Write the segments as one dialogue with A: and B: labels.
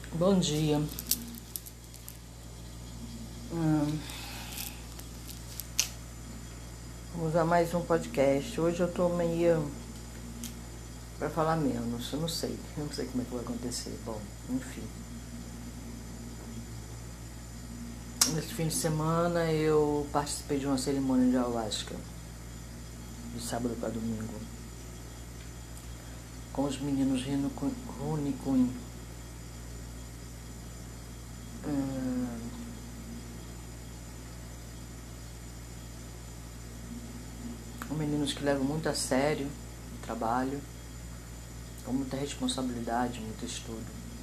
A: Bom dia. Vamos a mais um podcast. Hoje eu tô meio para falar menos. Eu não sei como é que vai acontecer. Bom, enfim. Nesse fim de semana eu participei de uma cerimônia de ayahuasca, de sábado para domingo, com os meninos Rune Queen. Meninos que levam muito a sério o trabalho, com muita responsabilidade, muito estudo.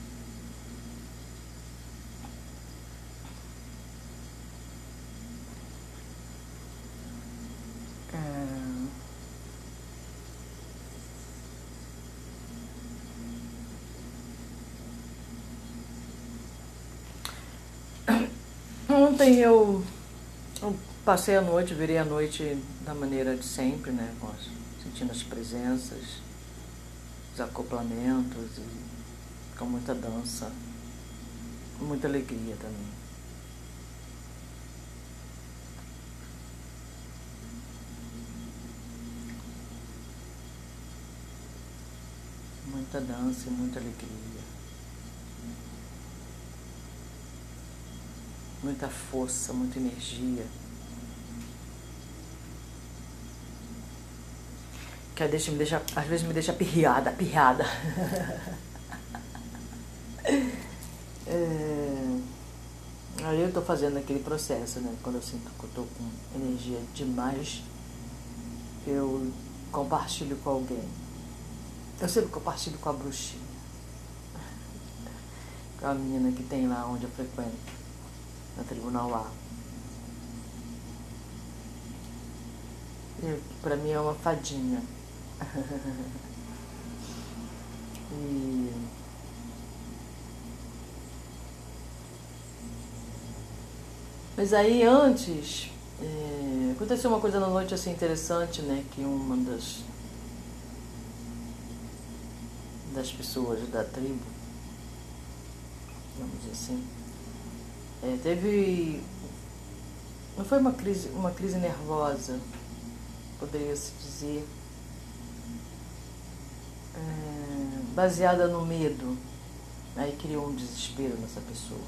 A: Ontem eu passei a noite, virei a noite da maneira de sempre, né? Sentindo as presenças, os acoplamentos e com muita dança, com muita alegria também. Muita dança e muita alegria. Muita força, muita energia. Que às vezes me deixa pirriada. Aí eu tô fazendo aquele processo, né? Quando eu sinto que eu tô com energia demais, eu compartilho com alguém. Eu sempre compartilho com a bruxinha, com a menina que tem lá onde eu frequento, na Tribunal A. Pra mim é uma fadinha. Mas aí antes, aconteceu uma coisa na noite assim interessante, né? Que uma das pessoas da tribo, vamos dizer assim, teve, não foi uma crise nervosa, poderia-se dizer, baseada no medo. Aí criou um desespero nessa pessoa.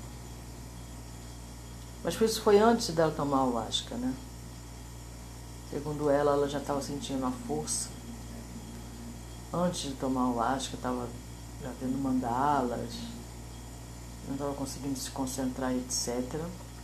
A: Mas isso foi antes dela tomar o ayahuasca, né? Segundo ela já estava sentindo a força. Antes de tomar o ayahuasca, estava já vendo mandalas, não estava conseguindo se concentrar, etc.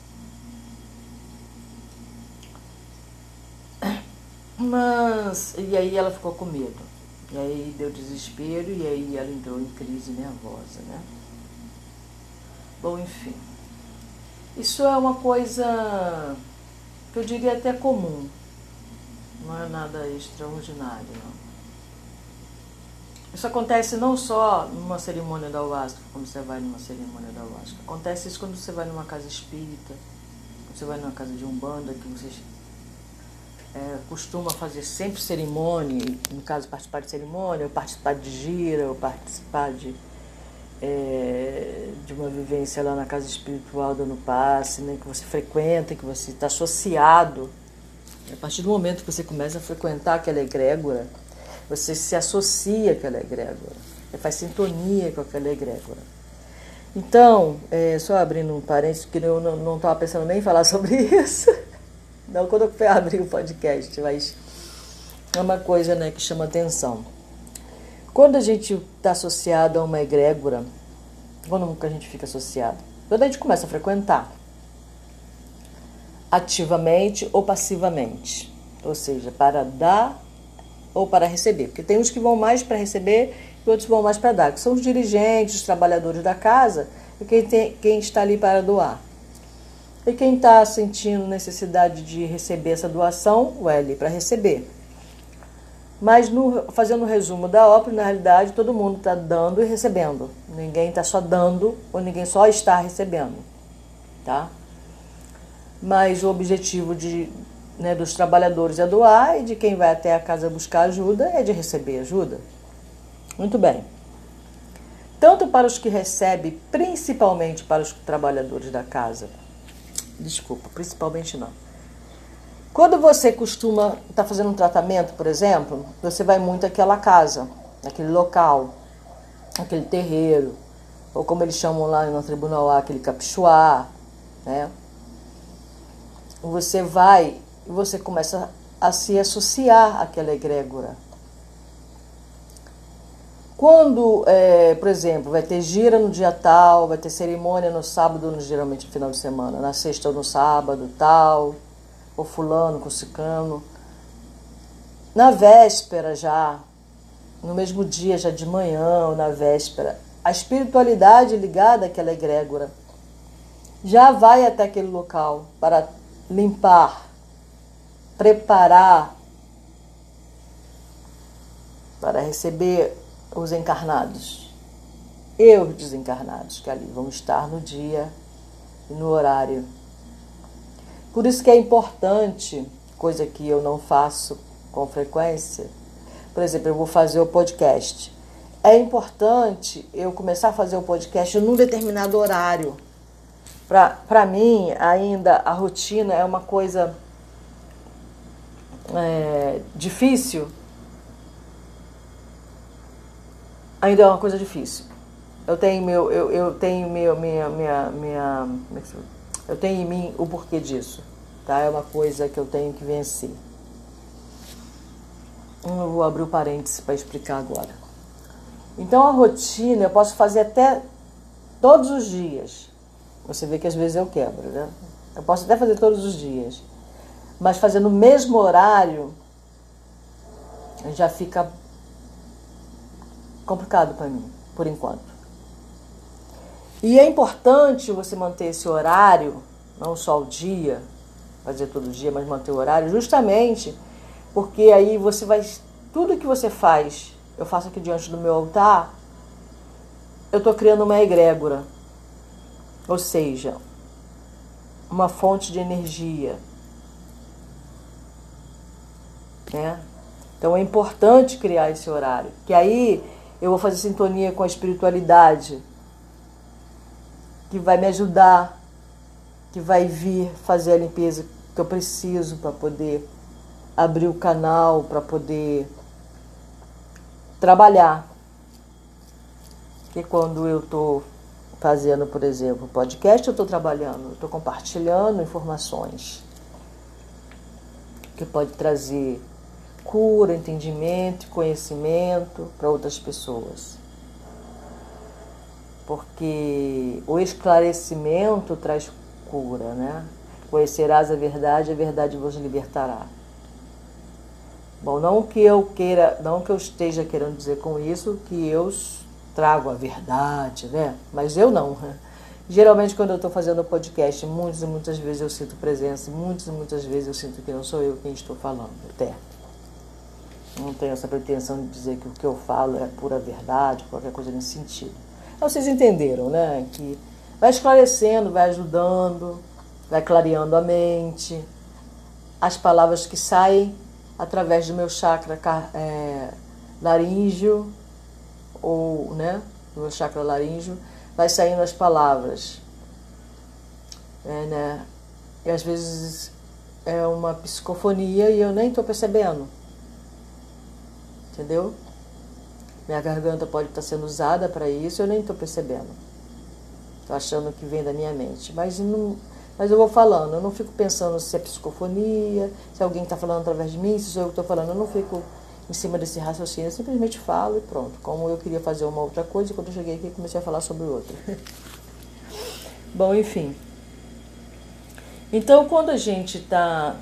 A: E aí ela ficou com medo. E aí deu desespero e aí ela entrou em crise nervosa, né? Bom, enfim. Isso é uma coisa que eu diria até comum. Não é nada extraordinário, não. Isso acontece não só numa cerimônia da ayahuasca, quando você vai numa cerimônia da ayahuasca. Acontece isso quando você vai numa casa espírita, quando você vai numa casa de umbanda, que você costuma fazer sempre cerimônia, no caso participar de cerimônia, ou participar de gira, ou participar de uma vivência lá na casa espiritual dando passe, né, que você frequenta, que você está associado. A partir do momento que você começa a frequentar aquela egrégora, você se associa àquela egrégora, faz sintonia com aquela egrégora. Então, só abrindo um parênteses, que eu não estava pensando nem em falar sobre isso, não quando eu abri o podcast, mas é uma coisa, né, que chama atenção. Quando a gente está associado a uma egrégora, quando que a gente fica associado? Quando a gente começa a frequentar, ativamente ou passivamente, ou seja, para dar ou para receber, porque tem uns que vão mais para receber e outros vão mais para dar, que são os dirigentes, os trabalhadores da casa, e quem está ali para doar. E quem está sentindo necessidade de receber essa doação, vai ali para receber. Mas fazendo um resumo da ópera, na realidade, todo mundo está dando e recebendo. Ninguém está só dando ou ninguém só está recebendo. Tá? Mas o objetivo dos trabalhadores é doar e de quem vai até a casa buscar ajuda é de receber ajuda. Muito bem. tanto para os que recebem, principalmente para os trabalhadores da casa. Desculpa, principalmente não. Quando você costuma estar fazendo um tratamento, por exemplo, você vai muito àquela casa, naquele local, aquele terreiro, ou como eles chamam lá no tribunal, aquele capixuá, né? Você vai e você começa a se associar àquela egrégora. Quando, por exemplo, vai ter gira no dia tal, vai ter cerimônia no sábado, geralmente no final de semana, na sexta ou no sábado, tal, ou fulano com ciclano. Na véspera já, no mesmo dia, já de manhã ou na véspera, a espiritualidade ligada àquela egrégora já vai até aquele local para limpar, preparar para receber os encarnados e os desencarnados que ali vão estar no dia e no horário. Por isso que é importante, coisa que eu não faço com frequência, por exemplo, eu vou fazer o podcast. É importante eu começar a fazer o podcast num determinado horário. Para mim, ainda a rotina é uma coisa difícil. Ainda é uma coisa difícil. Eu tenho em mim o porquê disso, tá? É uma coisa que eu tenho que vencer. Eu vou abrir o parênteses para explicar agora. Então a rotina eu posso fazer até todos os dias. Você vê que às vezes eu quebro, né? Eu posso até fazer todos os dias, mas fazer no mesmo horário já fica complicado para mim, por enquanto. E é importante você manter esse horário, não só o dia, fazer todo dia, mas manter o horário, justamente porque aí você vai... Tudo que você faz, eu faço aqui diante do meu altar, eu estou criando uma egrégora, ou seja, uma fonte de energia, né? Então é importante criar esse horário, que aí eu vou fazer sintonia com a espiritualidade, que vai me ajudar, que vai vir fazer a limpeza que eu preciso para poder abrir o canal, para poder trabalhar. Porque quando eu estou fazendo, por exemplo, podcast, eu estou trabalhando, eu estou compartilhando informações que pode trazer cura, entendimento, conhecimento para outras pessoas. Porque o esclarecimento traz cura, né? Conhecerás a verdade vos libertará. Bom, não que eu esteja querendo dizer com isso que eu trago a verdade, né? Mas eu não. Geralmente, quando eu estou fazendo o podcast, muitas e muitas vezes eu sinto presença, muitas e muitas vezes eu sinto que não sou eu quem estou falando, até. Não tenho essa pretensão de dizer que o que eu falo é pura verdade, qualquer coisa nesse sentido. Então, vocês entenderam, né? Que vai esclarecendo, vai ajudando, vai clareando a mente. As palavras que saem através do meu chakra laríngeo, ou, né, do meu chakra laríngeo, vai saindo as palavras. Né? E às vezes é uma psicofonia e eu nem estou percebendo. Entendeu? Minha garganta pode estar sendo usada para isso, eu nem estou percebendo. Estou achando que vem da minha mente. Mas eu vou falando, eu não fico pensando se é psicofonia, se alguém está falando através de mim, se sou eu que estou falando, eu não fico em cima desse raciocínio, eu simplesmente falo e pronto. Como eu queria fazer uma outra coisa, quando eu cheguei aqui, comecei a falar sobre outra. Bom, enfim. Então, quando a gente está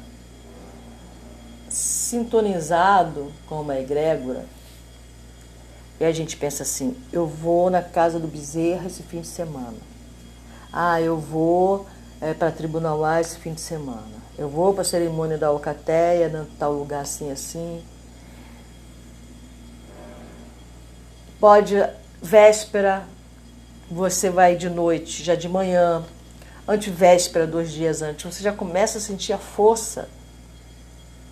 A: sintonizado com uma egrégora, e a gente pensa assim, eu vou na casa do Bezerra esse fim de semana. Eu vou para Tribunal A esse fim de semana. Eu vou para a cerimônia da Alcateia, em tal lugar assim, assim. Pode, véspera, você vai de noite, já de manhã, antevéspera, 2 dias antes, você já começa a sentir a força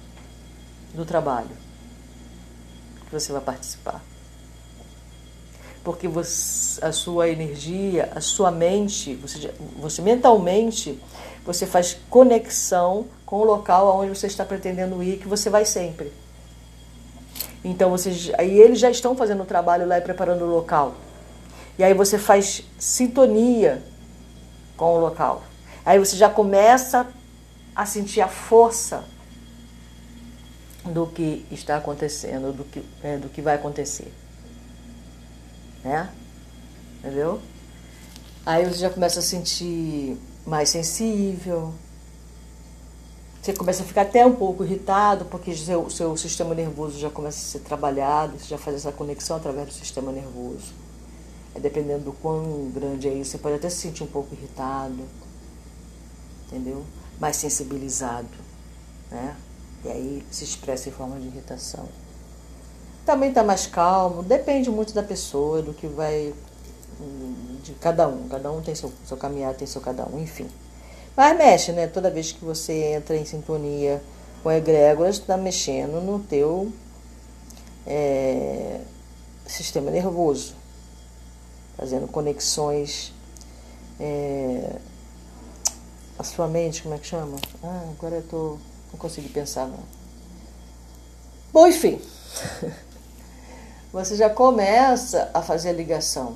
A: do trabalho que você vai participar. porque a sua energia, a sua mente, você mentalmente, você faz conexão com o local aonde você está pretendendo ir, que você vai sempre. Então, aí eles já estão fazendo o trabalho lá e preparando o local. E aí você faz sintonia com o local. Aí você já começa a sentir a força do que está acontecendo, do que vai acontecer. Né? Entendeu? Aí você já começa a sentir mais sensível. Você começa a ficar até um pouco irritado, porque seu sistema nervoso já começa a ser trabalhado, você já faz essa conexão através do sistema nervoso. Dependendo do quão grande é isso, você pode até se sentir um pouco irritado, entendeu? Mais sensibilizado, né? E aí se expressa em forma de irritação. Também está mais calmo, depende muito da pessoa, do que vai, de cada um tem seu caminhar, tem seu cada um, enfim. Mas mexe, né? Toda vez que você entra em sintonia com a egrégora, você está mexendo no teu sistema nervoso, fazendo conexões. A sua mente, como é que chama? Agora não consegui pensar, não. Bom, enfim, você já começa a fazer a ligação.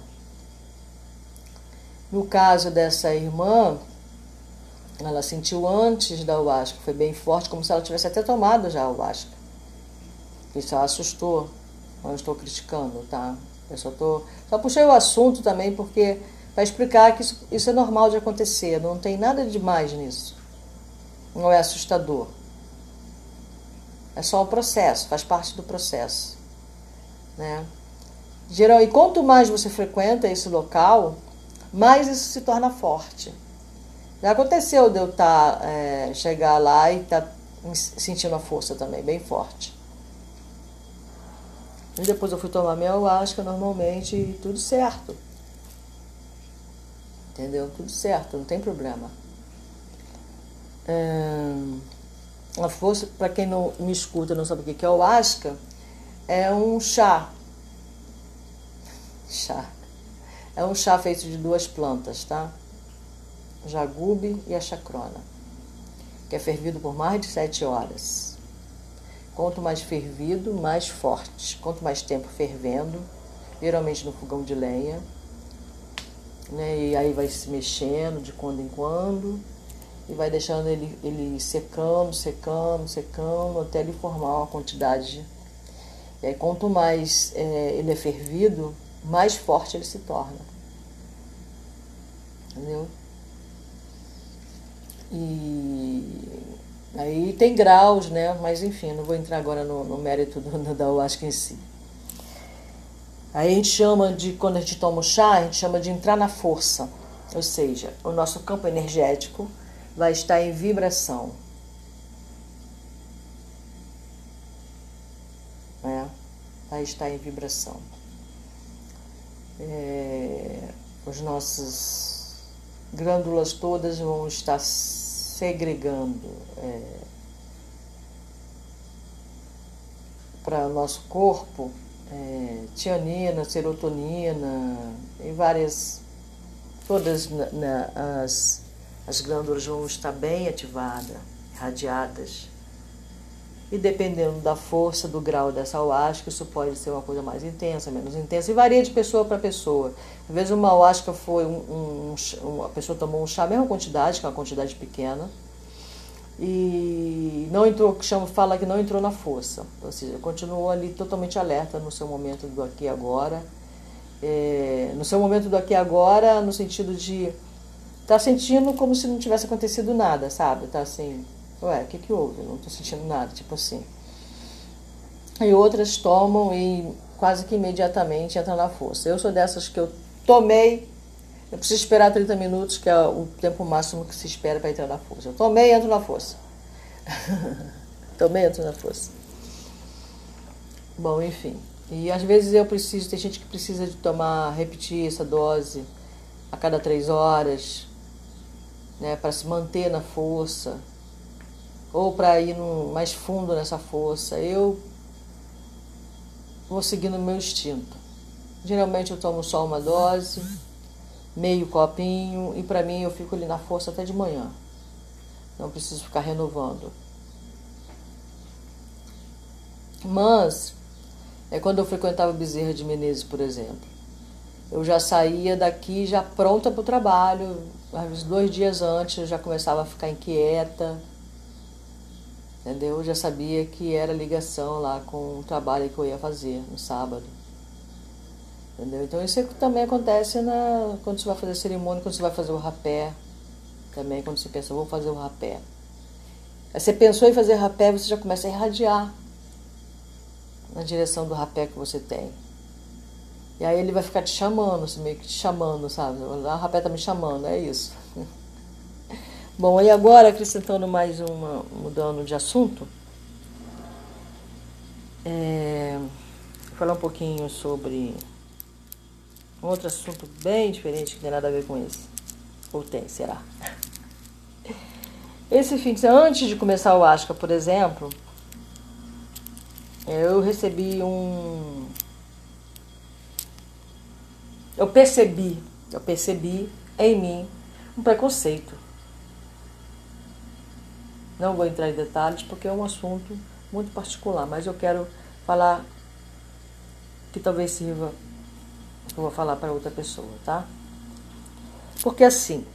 A: No caso dessa irmã, ela sentiu antes da ayahuasca, foi bem forte, como se ela tivesse até tomado já a ayahuasca. Isso a assustou, não estou criticando, tá? Eu só puxei o assunto também porque para explicar que isso é normal de acontecer, não tem nada de demais nisso. Não é assustador. É só um processo, faz parte do processo. Né? E quanto mais você frequenta esse local, mais isso se torna forte. Já aconteceu de eu chegar lá e estar sentindo a força também, bem forte. E depois eu fui tomar minha ayahuasca normalmente e tudo certo. Entendeu? Tudo certo, não tem problema. A força, para quem não me escuta, não sabe o que é ayahuasca, é um chá. É um chá feito de 2 plantas, tá? Jagube e a chacrona, que é fervido por mais de 7 horas. Quanto mais fervido, mais forte. Quanto mais tempo fervendo, geralmente no fogão de lenha, né? E aí vai se mexendo de quando em quando e vai deixando ele secando, até ele formar uma quantidade. E aí quanto mais ele é fervido, mais forte ele se torna. Entendeu? E aí tem graus, né? Mas enfim, não vou entrar agora no mérito da ayahuasca em si. Aí a gente chama quando a gente toma o chá, a gente chama de entrar na força. Ou seja, o nosso campo energético vai estar em vibração. Vai estar em vibração. As nossas glândulas todas vão estar segregando para o nosso corpo tianina, serotonina e várias, todas as glândulas vão estar bem ativadas, irradiadas. E dependendo da força, do grau dessa ayahuasca, isso pode ser uma coisa mais intensa, menos intensa, e varia de pessoa para pessoa. Às vezes uma ayahuasca foi a pessoa tomou um chá, a mesma quantidade, que é uma quantidade pequena, e não entrou, fala que não entrou na força, ou seja, continuou ali totalmente alerta no seu momento do aqui e agora, no seu momento do aqui e agora, no sentido de estar sentindo como se não tivesse acontecido nada, sabe? Tá assim, o que houve? Eu não estou sentindo nada, tipo assim. E outras tomam e quase que imediatamente entram na força. Eu sou dessas que eu tomei, eu preciso esperar 30 minutos, que é o tempo máximo que se espera para entrar na força. Eu tomei e entro na força. Tomei e entro na força. Bom, enfim. E às vezes tem gente que precisa de repetir essa dose a cada 3 horas, né, para se manter na força, ou para ir mais fundo nessa força. Eu vou seguindo o meu instinto. Geralmente eu tomo só uma dose, meio copinho, e pra mim eu fico ali na força até de manhã. Não preciso ficar renovando. Mas, quando eu frequentava Bezerra de Menezes, por exemplo, eu já saía daqui já pronta para o trabalho. Às vezes 2 dias antes eu já começava a ficar inquieta, entendeu? Eu já sabia que era ligação lá com o trabalho que eu ia fazer no sábado, entendeu? Então isso também acontece quando você vai fazer a cerimônia, quando você vai fazer o rapé, também quando você pensa, vou fazer o rapé. Aí você pensou em fazer rapé, você já começa a irradiar na direção do rapé que você tem. E aí ele vai ficar te chamando, assim, meio que te chamando, sabe? A rapé tá me chamando, é isso. Bom, e agora, acrescentando mais mudando de assunto, vou falar um pouquinho sobre um outro assunto bem diferente, que tem nada a ver com esse. Ou tem, será? Esse fim de semana, antes de começar o Asca, por exemplo, eu recebi Eu percebi em mim um preconceito. Não vou entrar em detalhes porque é um assunto muito particular, mas eu quero falar que talvez sirva, eu vou falar para outra pessoa, tá? Porque assim,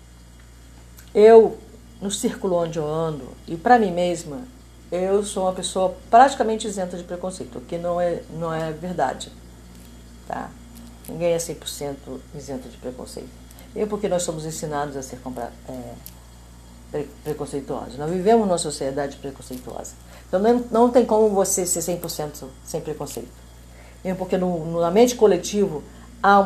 A: no círculo onde eu ando, e para mim mesma, eu sou uma pessoa praticamente isenta de preconceito, o que não é verdade, tá? Ninguém é 100% isento de preconceito. E porque nós somos ensinados a ser preconceituosos. Nós vivemos numa sociedade preconceituosa. Então não tem como você ser 100% sem preconceito. E porque na mente coletiva há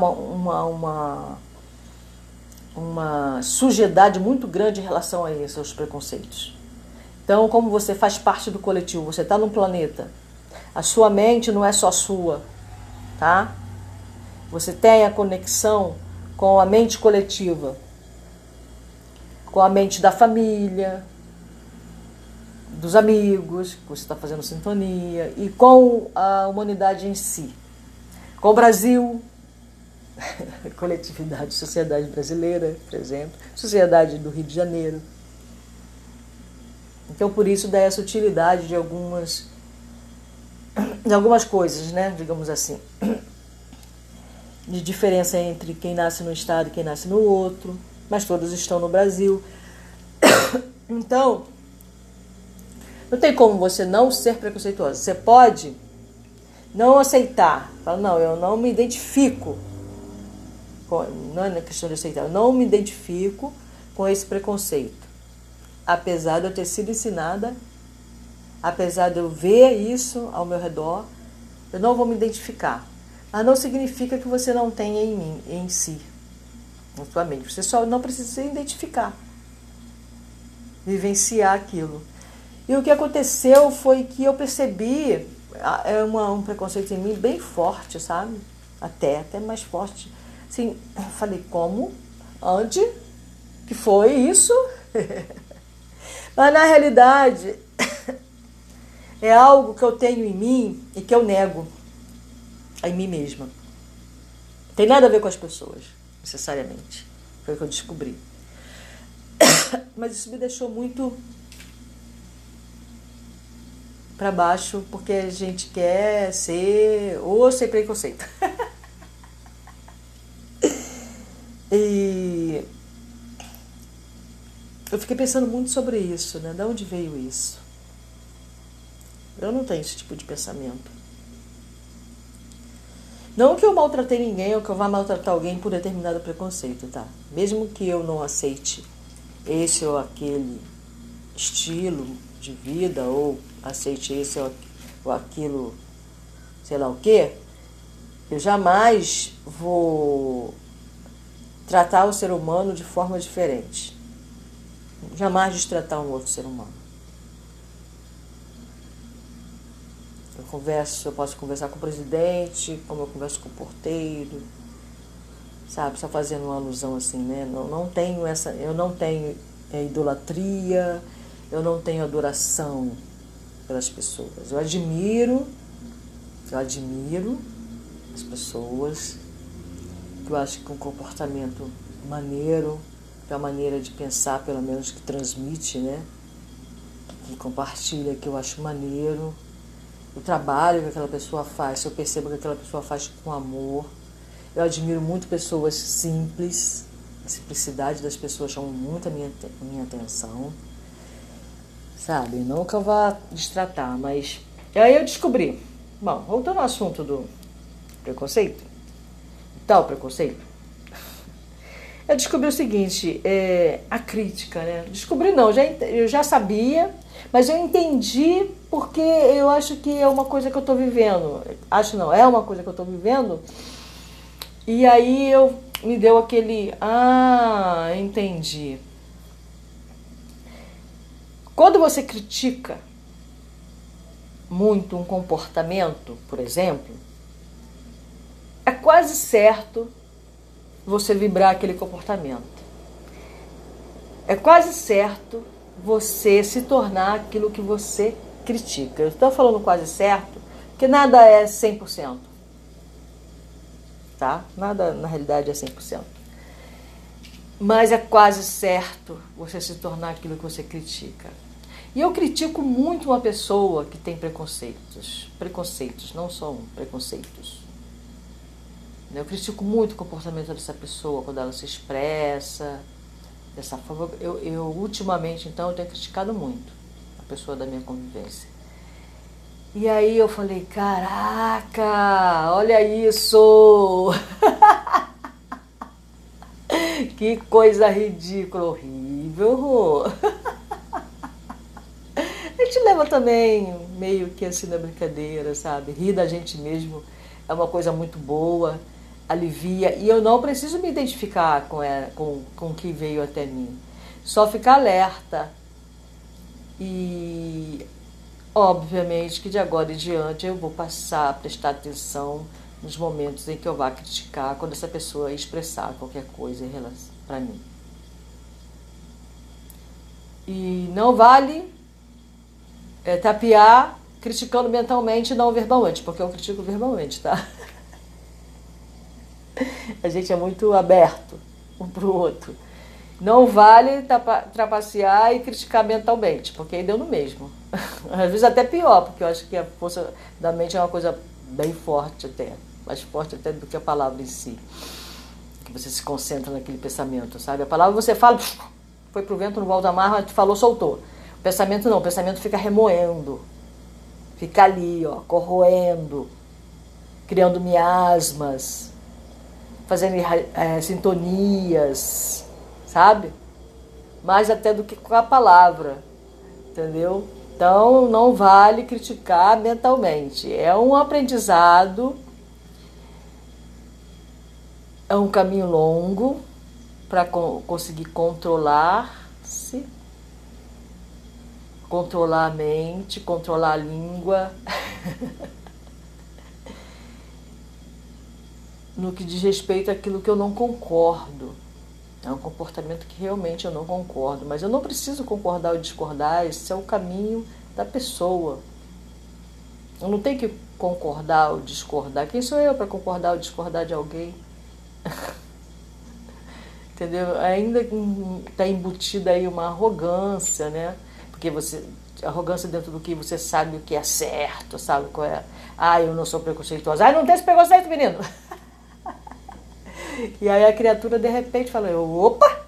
A: uma sujidade muito grande em relação a esses seus preconceitos. Então, como você faz parte do coletivo, você está num planeta, a sua mente não é só sua, tá? Você tem a conexão com a mente coletiva, com a mente da família, dos amigos, que você está fazendo sintonia, e com a humanidade em si. Com o Brasil, coletividade, sociedade brasileira, por exemplo, sociedade do Rio de Janeiro. Então, por isso, daí essa utilidade de algumas coisas, né, digamos assim, de diferença entre quem nasce num estado e quem nasce no outro, mas todos estão no Brasil. Então, não tem como você não ser preconceituoso. Você pode não aceitar. Fala, não, eu não me identifico. Não é questão de aceitar. Eu não me identifico com esse preconceito. Apesar de eu ter sido ensinada, apesar de eu ver isso ao meu redor, eu não vou me identificar. Mas não significa que você não tenha em si, na sua mente. Você só não precisa se identificar, vivenciar aquilo. E o que aconteceu foi que eu percebi um preconceito em mim bem forte, sabe? Até mais forte. Assim, eu falei, como? Onde? Que foi isso? Mas na realidade é algo que eu tenho em mim e que eu nego em mim mesma. Tem nada a ver com as pessoas, necessariamente. Foi o que eu descobri. Mas isso me deixou muito para baixo, porque a gente quer ser ou sem preconceito. E eu fiquei pensando muito sobre isso, né? De onde veio isso? Eu não tenho esse tipo de pensamento. Não que eu maltratei ninguém ou que eu vá maltratar alguém por determinado preconceito, tá? Mesmo que eu não aceite esse ou aquele estilo de vida, ou aceite esse ou aquilo, sei lá o quê, eu jamais vou tratar o ser humano de forma diferente. Jamais destratar um outro ser humano. Eu posso conversar com o presidente, como eu converso com o porteiro, sabe? Só fazendo uma alusão assim, né? Eu não tenho idolatria, eu não tenho adoração pelas pessoas. Eu admiro, as pessoas, que eu acho que um comportamento maneiro, que é a maneira de pensar, pelo menos, que transmite, né? Que compartilha, que eu acho maneiro. O trabalho que aquela pessoa faz, se eu percebo que aquela pessoa faz com amor. Eu admiro muito pessoas simples, a simplicidade das pessoas chama muito a minha atenção, sabe? Não que eu vá destratar, mas... E aí eu descobri, bom, voltando ao assunto do preconceito, tal preconceito, eu descobri o seguinte, a crítica, né? Descobri não, eu já sabia, mas eu entendi porque eu acho que é uma coisa que eu estou vivendo. Acho não, é uma coisa que eu estou vivendo. E aí me deu aquele, entendi. Quando você critica muito um comportamento, por exemplo, é quase certo você vibrar aquele comportamento. É quase certo você se tornar aquilo que você critica. Eu estou falando quase certo, porque nada é 100%. Tá? Nada, na realidade, é 100%. Mas é quase certo você se tornar aquilo que você critica. E eu critico muito uma pessoa que tem preconceitos. Preconceitos, não só preconceitos. Eu critico muito o comportamento dessa pessoa quando ela se expressa dessa forma. Eu ultimamente, então, eu tenho criticado muito a pessoa da minha convivência. E aí eu falei, caraca, olha isso! Que coisa ridícula, horrível! A gente leva também meio que assim na brincadeira, sabe? Rir da gente mesmo é uma coisa muito boa, alivia. E eu não preciso me identificar com o que veio até mim. Só ficar alerta. E, obviamente, que de agora em diante eu vou passar a prestar atenção nos momentos em que eu vá criticar, quando essa pessoa expressar qualquer coisa em relação para mim. E não vale tapear criticando mentalmente e não verbalmente, porque eu critico verbalmente, tá? A gente é muito aberto um pro outro. Não vale trapacear e criticar mentalmente, porque aí deu no mesmo. Às vezes até pior, porque eu acho que a força da mente é uma coisa bem forte até, mais forte até do que a palavra em si. Que você se concentra naquele pensamento, sabe? A palavra você fala, foi pro vento, não volta mais, mas falou, soltou. O pensamento não, o pensamento fica remoendo, fica ali, ó, corroendo, criando miasmas, fazendo sintonias, sabe? Mais até do que com a palavra, entendeu? Então, não vale criticar mentalmente. É um aprendizado, é um caminho longo para conseguir controlar-se, controlar a mente, controlar a língua, no que diz respeito àquilo que eu não concordo. É um comportamento que realmente eu não concordo, mas eu não preciso concordar ou discordar, esse é o caminho da pessoa. Eu não tenho que concordar ou discordar. Quem sou eu para concordar ou discordar de alguém? Entendeu? Ainda está embutida aí uma arrogância, né? Porque arrogância dentro do que você sabe o que é certo, sabe qual é? Eu não sou preconceituosa. Não tem esse preconceito, menino! E aí a criatura de repente fala, opa!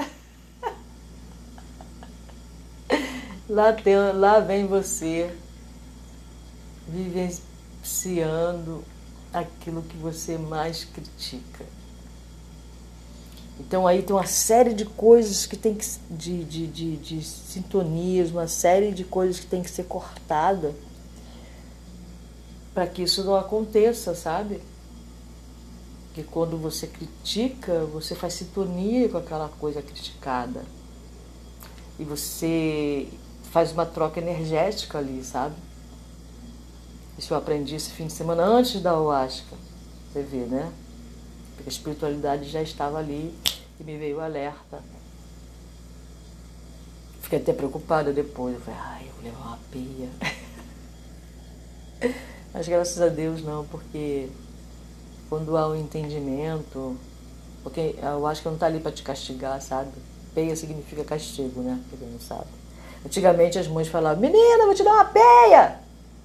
A: Lá vem você vivenciando aquilo que você mais critica. Então aí tem uma série de coisas que tem que de sintonias, uma série de coisas que tem que ser cortada para que isso não aconteça, sabe? Porque quando você critica, você faz sintonia com aquela coisa criticada. E você faz uma troca energética ali, sabe? Isso eu aprendi esse fim de semana antes da ayahuasca. Você vê, né? Porque a espiritualidade já estava ali e me veio o alerta. Fiquei até preocupada depois. Eu falei, eu vou levar uma pia. Mas graças a Deus não, porque quando há um entendimento, porque eu acho que não está ali para te castigar, sabe? Peia significa castigo, né? Pra quem não sabe. Antigamente as mães falavam, menina, vou te dar uma peia!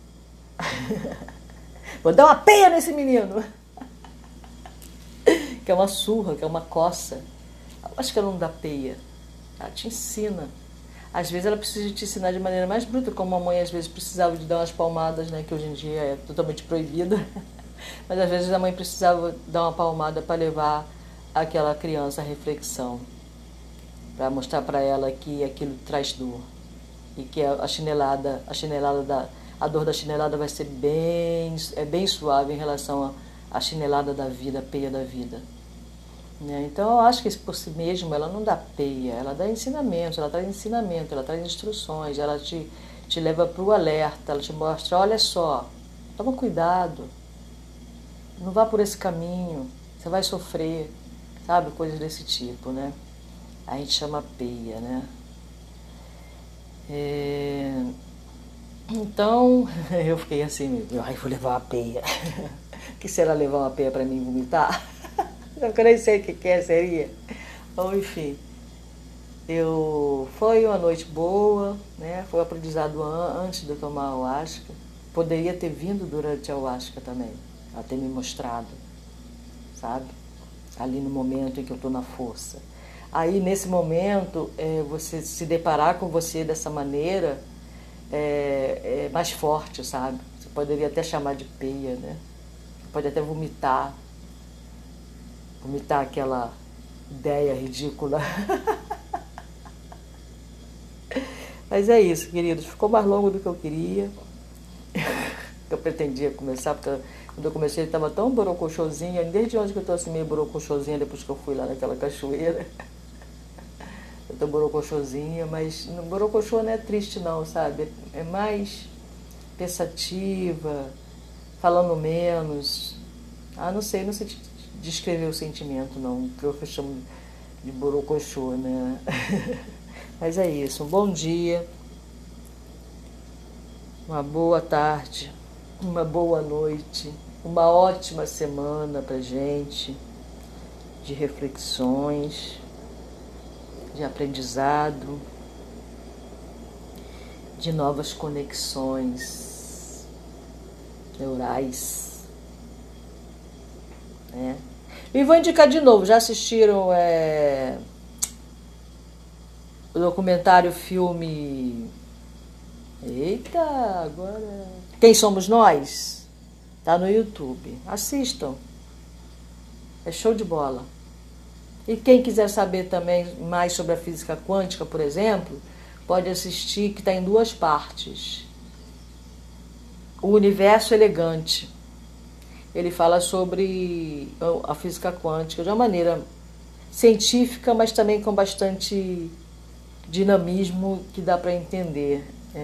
A: Vou dar uma peia nesse menino! Que é uma surra, que é uma coça. Eu acho que ela não dá peia. Ela te ensina. Às vezes ela precisa te ensinar de maneira mais bruta, como a mãe às vezes precisava de dar umas palmadas, né? Que hoje em dia é totalmente proibida. Mas às vezes a mãe precisava dar uma palmada para levar aquela criança à reflexão. Para mostrar para ela que aquilo traz dor. E que a dor da chinelada vai ser bem suave em relação à chinelada da vida, a peia da vida. Né? Então eu acho que por si mesmo ela não dá peia, ela dá ensinamento, ela traz instruções, ela te leva para o alerta, ela te mostra, olha só, toma cuidado, não vá por esse caminho, você vai sofrer, sabe, coisas desse tipo, né? A gente chama peia, né? Então, eu fiquei assim, ai, vou levar uma peia. O que será levar uma peia para mim vomitar? Eu nem sei o que seria. Bom, enfim, foi uma noite boa, né? Foi um aprendizado antes de eu tomar a ayahuasca. Poderia ter vindo durante a ayahuasca também, ela ter me mostrado, sabe? Ali no momento em que eu estou na força. Aí, nesse momento, você se deparar com você dessa maneira é mais forte, sabe? Você poderia até chamar de peia, né? Você pode até vomitar aquela ideia ridícula. Mas é isso, queridos. Ficou mais longo do que eu queria. Eu pretendia começar, porque quando eu comecei ele estava tão borocochosinho. Desde onde que eu estou assim meio borocochosinha, depois que eu fui lá naquela cachoeira. Eu estou borocochosinha, mas borocochô não é triste não, sabe? É mais pensativa, falando menos. Não sei descrever o sentimento não, que eu chamo de borocochô, né? Mas é isso, um bom dia, uma boa tarde, uma boa noite, uma ótima semana pra gente, de reflexões, de aprendizado, de novas conexões neurais, né? E vou indicar de novo, já assistiram o documentário filme... Eita, agora... Quem Somos Nós? Tá no YouTube. Assistam. É show de bola. E quem quiser saber também mais sobre a física quântica, por exemplo, pode assistir, que está em 2 partes. O Universo Elegante. Ele fala sobre a física quântica de uma maneira científica, mas também com bastante dinamismo que dá para entender.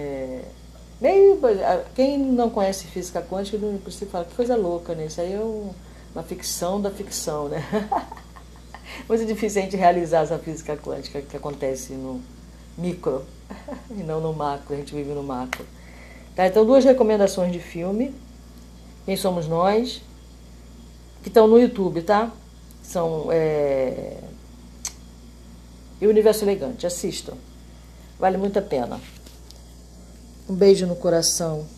A: Quem não conhece física quântica, não precisa falar, que coisa louca, né? Isso aí é uma ficção da ficção, né? Muito difícil a gente realizar essa física quântica que acontece no micro e não no macro, a gente vive no macro. Tá, então 2 recomendações de filme. Quem Somos Nós, que estão no YouTube, tá? São e o Universo Elegante. Assistam. Vale muito a pena. Um beijo no coração.